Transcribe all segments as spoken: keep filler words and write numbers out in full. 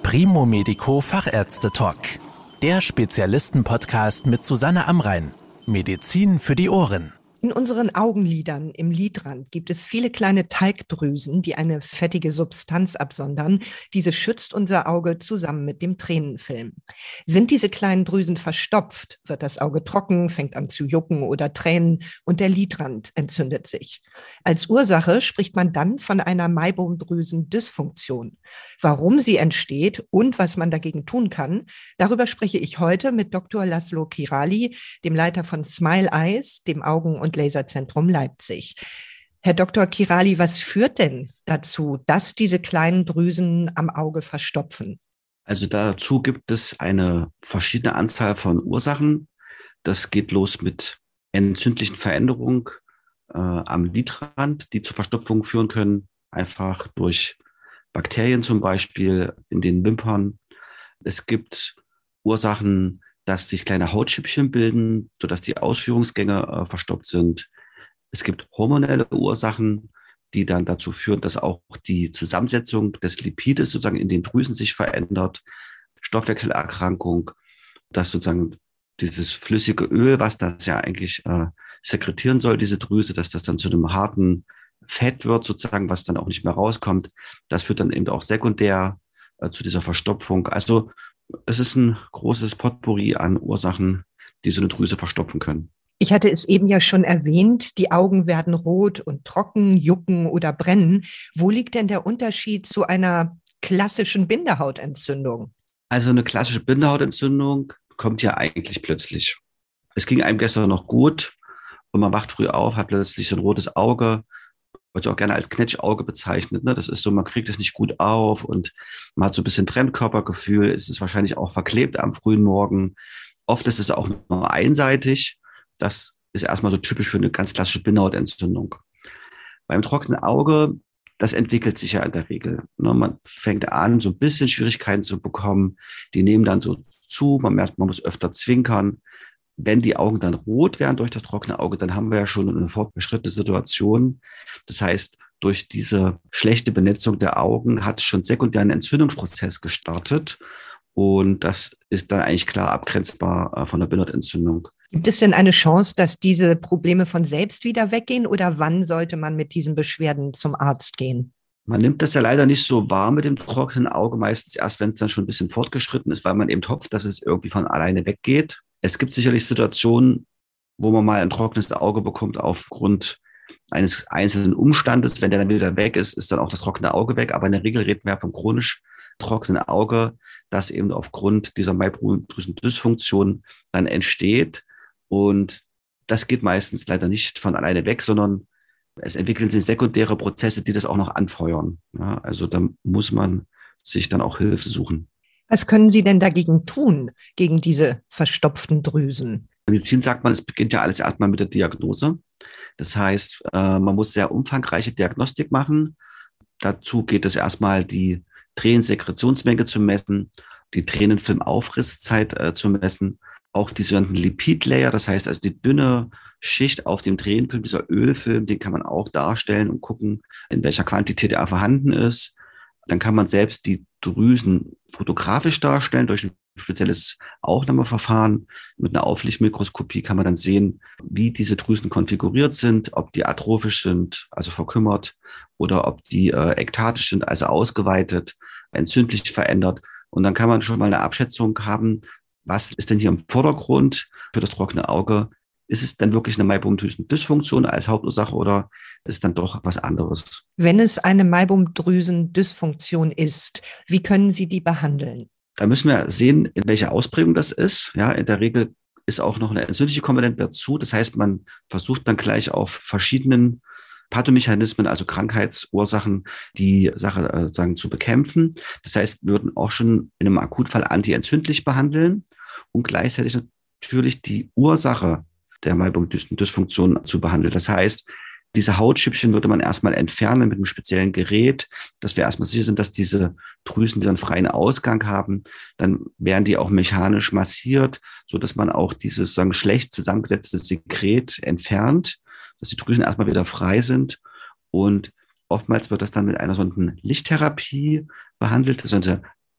Primo Medico Fachärzte-Talk. Der Spezialisten-Podcast mit Susanne Amrein. Medizin für die Ohren. In unseren Augenlidern im Lidrand gibt es viele kleine Talgdrüsen, die eine fettige Substanz absondern. Diese schützt unser Auge zusammen mit dem Tränenfilm. Sind diese kleinen Drüsen verstopft, wird das Auge trocken, fängt an zu jucken oder tränen und der Lidrand entzündet sich. Als Ursache spricht man dann von einer Maibomdrüsendysfunktion. Warum sie entsteht und was man dagegen tun kann, darüber spreche ich heute mit Doktor Laszlo Kirali, dem Leiter von Smile Eyes, dem Augen- und Laserzentrum Leipzig. Herr Doktor Kirali, was führt denn dazu, dass diese kleinen Drüsen am Auge verstopfen? Also dazu gibt es eine verschiedene Anzahl von Ursachen. Das geht los mit entzündlichen Veränderungen äh, am Lidrand, die zu Verstopfung führen können, einfach durch Bakterien zum Beispiel in den Wimpern. Es gibt Ursachen, dass sich kleine Hautschüppchen bilden, sodass die Ausführungsgänge äh, verstopft sind. Es gibt hormonelle Ursachen, die dann dazu führen, dass auch die Zusammensetzung des Lipides sozusagen in den Drüsen sich verändert. Stoffwechselerkrankung, dass sozusagen dieses flüssige Öl, was das ja eigentlich äh, sekretieren soll, diese Drüse, dass das dann zu einem harten Fett wird sozusagen, was dann auch nicht mehr rauskommt. Das führt dann eben auch sekundär äh, zu dieser Verstopfung. Also es ist ein großes Potpourri an Ursachen, die so eine Drüse verstopfen können. Ich hatte es eben ja schon erwähnt, die Augen werden rot und trocken, jucken oder brennen. Wo liegt denn der Unterschied zu einer klassischen Bindehautentzündung? Also eine klassische Bindehautentzündung kommt ja eigentlich plötzlich. Es ging einem gestern noch gut und man wacht früh auf, hat plötzlich so ein rotes Auge, wird ja auch gerne als Knetschauge bezeichnet. Ne? Das ist so, man kriegt es nicht gut auf und man hat so ein bisschen Fremdkörpergefühl. Es ist wahrscheinlich auch verklebt am frühen Morgen. Oft ist es auch nur einseitig. Das ist erstmal so typisch für eine ganz klassische Bindehautentzündung. Beim trockenen Auge, das entwickelt sich ja in der Regel. Ne? Man fängt an, so ein bisschen Schwierigkeiten zu bekommen. Die nehmen dann so zu. Man merkt, man muss öfter zwinkern. Wenn die Augen dann rot werden durch das trockene Auge, dann haben wir ja schon eine fortgeschrittene Situation. Das heißt, durch diese schlechte Benetzung der Augen hat schon sekundär ein Entzündungsprozess gestartet. Und das ist dann eigentlich klar abgrenzbar von der Bindehautentzündung. Gibt es denn eine Chance, dass diese Probleme von selbst wieder weggehen oder wann sollte man mit diesen Beschwerden zum Arzt gehen? Man nimmt das ja leider nicht so wahr mit dem trockenen Auge, meistens erst, wenn es dann schon ein bisschen fortgeschritten ist, weil man eben hofft, dass es irgendwie von alleine weggeht. Es gibt sicherlich Situationen, wo man mal ein trockenes Auge bekommt aufgrund eines einzelnen Umstandes. Wenn der dann wieder weg ist, ist dann auch das trockene Auge weg. Aber in der Regel reden wir vom chronisch trockenen Auge, das eben aufgrund dieser Maibomdrüsendysfunktion dann entsteht. Und das geht meistens leider nicht von alleine weg, sondern es entwickeln sich sekundäre Prozesse, die das auch noch anfeuern. Ja, also da muss man sich dann auch Hilfe suchen. Was können Sie denn dagegen tun, gegen diese verstopften Drüsen? In der Medizin sagt man, es beginnt ja alles erstmal mit der Diagnose. Das heißt, man muss sehr umfangreiche Diagnostik machen. Dazu geht es erstmal, die Tränensekretionsmenge zu messen, die Tränenfilmaufrisszeit äh, zu messen, auch die sogenannten Lipidlayer, das heißt also die dünne Schicht auf dem Tränenfilm, dieser Ölfilm, den kann man auch darstellen und gucken, in welcher Quantität er vorhanden ist. Dann kann man selbst die Drüsen fotografisch darstellen durch ein spezielles Aufnahmeverfahren. Mit einer Auflichtmikroskopie kann man dann sehen, wie diese Drüsen konfiguriert sind, ob die atrophisch sind, also verkümmert, oder ob die äh, ektatisch sind, also ausgeweitet, entzündlich verändert. Und dann kann man schon mal eine Abschätzung haben, was ist denn hier im Vordergrund für das trockene Auge? Ist es denn wirklich eine Maibomdrüsendysfunktion als Hauptursache oder ist es dann doch was anderes? Wenn es eine Maibomdrüsendysfunktion ist, wie können Sie die behandeln? Da müssen wir sehen, in welcher Ausprägung das ist. Ja, in der Regel ist auch noch eine entzündliche Komponente dazu. Das heißt, man versucht dann gleich auf verschiedenen Pathomechanismen, also Krankheitsursachen, die Sache äh, sagen, zu bekämpfen. Das heißt, wir würden auch schon in einem Akutfall antientzündlich behandeln und gleichzeitig natürlich die Ursache der Maibomdrüsendysfunktion zu behandeln. Das heißt, diese Hautschüppchen würde man erstmal entfernen mit einem speziellen Gerät, dass wir erstmal sicher sind, dass diese Drüsen die einen freien Ausgang haben. Dann werden die auch mechanisch massiert, so dass man auch dieses sagen, schlecht zusammengesetzte Sekret entfernt, dass die Drüsen erstmal wieder frei sind. Und oftmals wird das dann mit einer sogenannten Lichttherapie behandelt. Das ist eine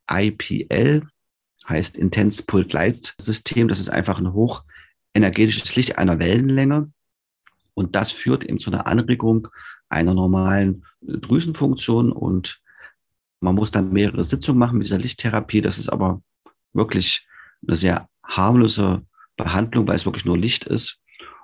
I P L, heißt Intense Pulled Light System. Das ist einfach ein hochenergetisches Licht einer Wellenlänge. Und das führt eben zu einer Anregung einer normalen Drüsenfunktion. Und man muss dann mehrere Sitzungen machen mit dieser Lichttherapie. Das ist aber wirklich eine sehr harmlose Behandlung, weil es wirklich nur Licht ist.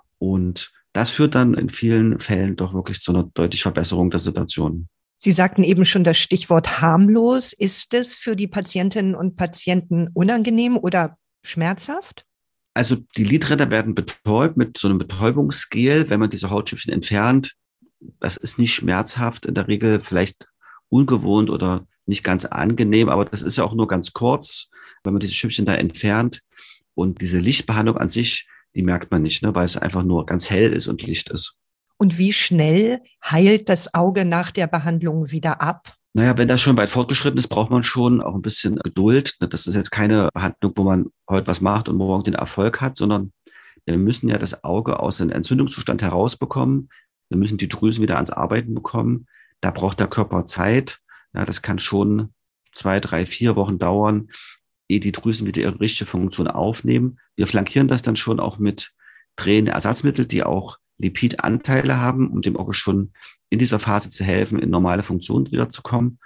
Und das führt dann in vielen Fällen doch wirklich zu einer deutlichen Verbesserung der Situation. Sie sagten eben schon das Stichwort harmlos. Ist es für die Patientinnen und Patienten unangenehm oder schmerzhaft? Also die Lidränder werden betäubt mit so einem Betäubungsgel, wenn man diese Hautschüppchen entfernt. Das ist nicht schmerzhaft, in der Regel vielleicht ungewohnt oder nicht ganz angenehm, aber das ist ja auch nur ganz kurz, wenn man diese Schüppchen da entfernt. Und diese Lichtbehandlung an sich, die merkt man nicht, ne, weil es einfach nur ganz hell ist und Licht ist. Und wie schnell heilt das Auge nach der Behandlung wieder ab? Naja, wenn das schon weit fortgeschritten ist, braucht man schon auch ein bisschen Geduld. Das ist jetzt keine Behandlung, wo man heute was macht und morgen den Erfolg hat, sondern wir müssen ja das Auge aus dem Entzündungszustand herausbekommen. Wir müssen die Drüsen wieder ans Arbeiten bekommen. Da braucht der Körper Zeit. Ja, das kann schon zwei, drei, vier Wochen dauern, ehe die Drüsen wieder ihre richtige Funktion aufnehmen. Wir flankieren das dann schon auch mit Tränenersatzmitteln, die auch Lipidanteile haben, um dem Auge schon in dieser Phase zu helfen, in normale Funktion wiederzukommen,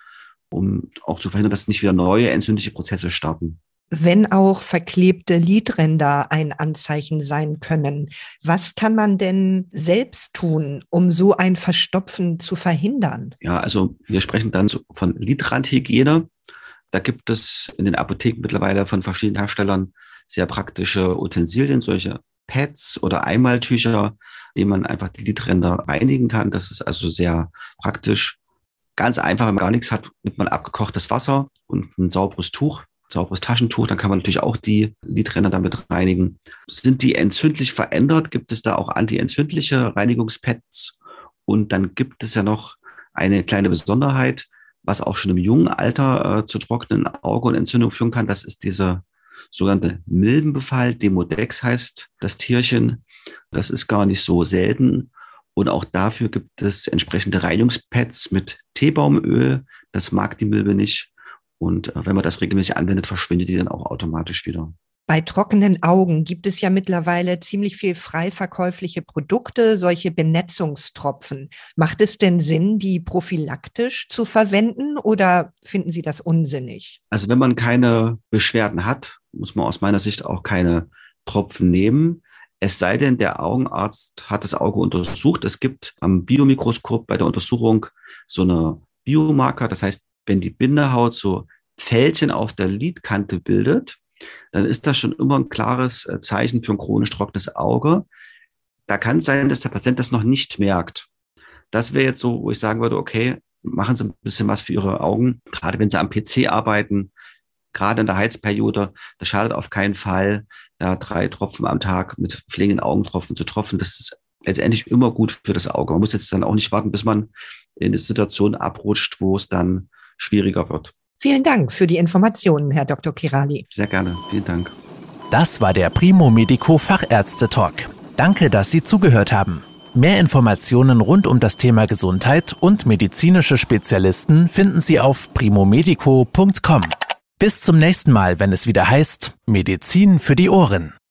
um auch zu verhindern, dass nicht wieder neue entzündliche Prozesse starten. Wenn auch verklebte Lidränder ein Anzeichen sein können, was kann man denn selbst tun, um so ein Verstopfen zu verhindern? Ja, also wir sprechen dann von Lidrandhygiene. Da gibt es in den Apotheken mittlerweile von verschiedenen Herstellern sehr praktische Utensilien, solche Pads oder Einmaltücher, denen man einfach die Lidränder reinigen kann. Das ist also sehr praktisch. Ganz einfach, wenn man gar nichts hat, nimmt man abgekochtes Wasser und ein sauberes Tuch, sauberes Taschentuch. Dann kann man natürlich auch die Lidränder damit reinigen. Sind die entzündlich verändert, gibt es da auch antientzündliche Reinigungspads. Und dann gibt es ja noch eine kleine Besonderheit, was auch schon im jungen Alter äh, zu trockenen Auge und Entzündung führen kann. Das ist diese sogenannte Milbenbefall. Demodex heißt das Tierchen. Das ist gar nicht so selten. Und auch dafür gibt es entsprechende Reinigungspads mit Teebaumöl. Das mag die Milbe nicht. Und äh, wenn man das regelmäßig anwendet, verschwindet die dann auch automatisch wieder. Bei trockenen Augen gibt es ja mittlerweile ziemlich viel frei verkäufliche Produkte, solche Benetzungstropfen. Macht es denn Sinn, die prophylaktisch zu verwenden oder finden Sie das unsinnig? Also wenn man keine Beschwerden hat, muss man aus meiner Sicht auch keine Tropfen nehmen. Es sei denn, der Augenarzt hat das Auge untersucht. Es gibt am Biomikroskop bei der Untersuchung so eine Biomarker. Das heißt, wenn die Bindehaut so Fältchen auf der Lidkante bildet, dann ist das schon immer ein klares Zeichen für ein chronisch trockenes Auge. Da kann es sein, dass der Patient das noch nicht merkt. Das wäre jetzt so, wo ich sagen würde, okay, machen Sie ein bisschen was für Ihre Augen, gerade wenn Sie am P C arbeiten, gerade in der Heizperiode. Das schadet auf keinen Fall, da drei Tropfen am Tag mit pflegenden Augentropfen zu tropfen. Das ist letztendlich immer gut für das Auge. Man muss jetzt dann auch nicht warten, bis man in eine Situation abrutscht, wo es dann schwieriger wird. Vielen Dank für die Informationen, Herr Doktor Kirali. Sehr gerne. Vielen Dank. Das war der Primo Medico Fachärzte-Talk. Danke, dass Sie zugehört haben. Mehr Informationen rund um das Thema Gesundheit und medizinische Spezialisten finden Sie auf primomedico punkt com. Bis zum nächsten Mal, wenn es wieder heißt Medizin für die Ohren.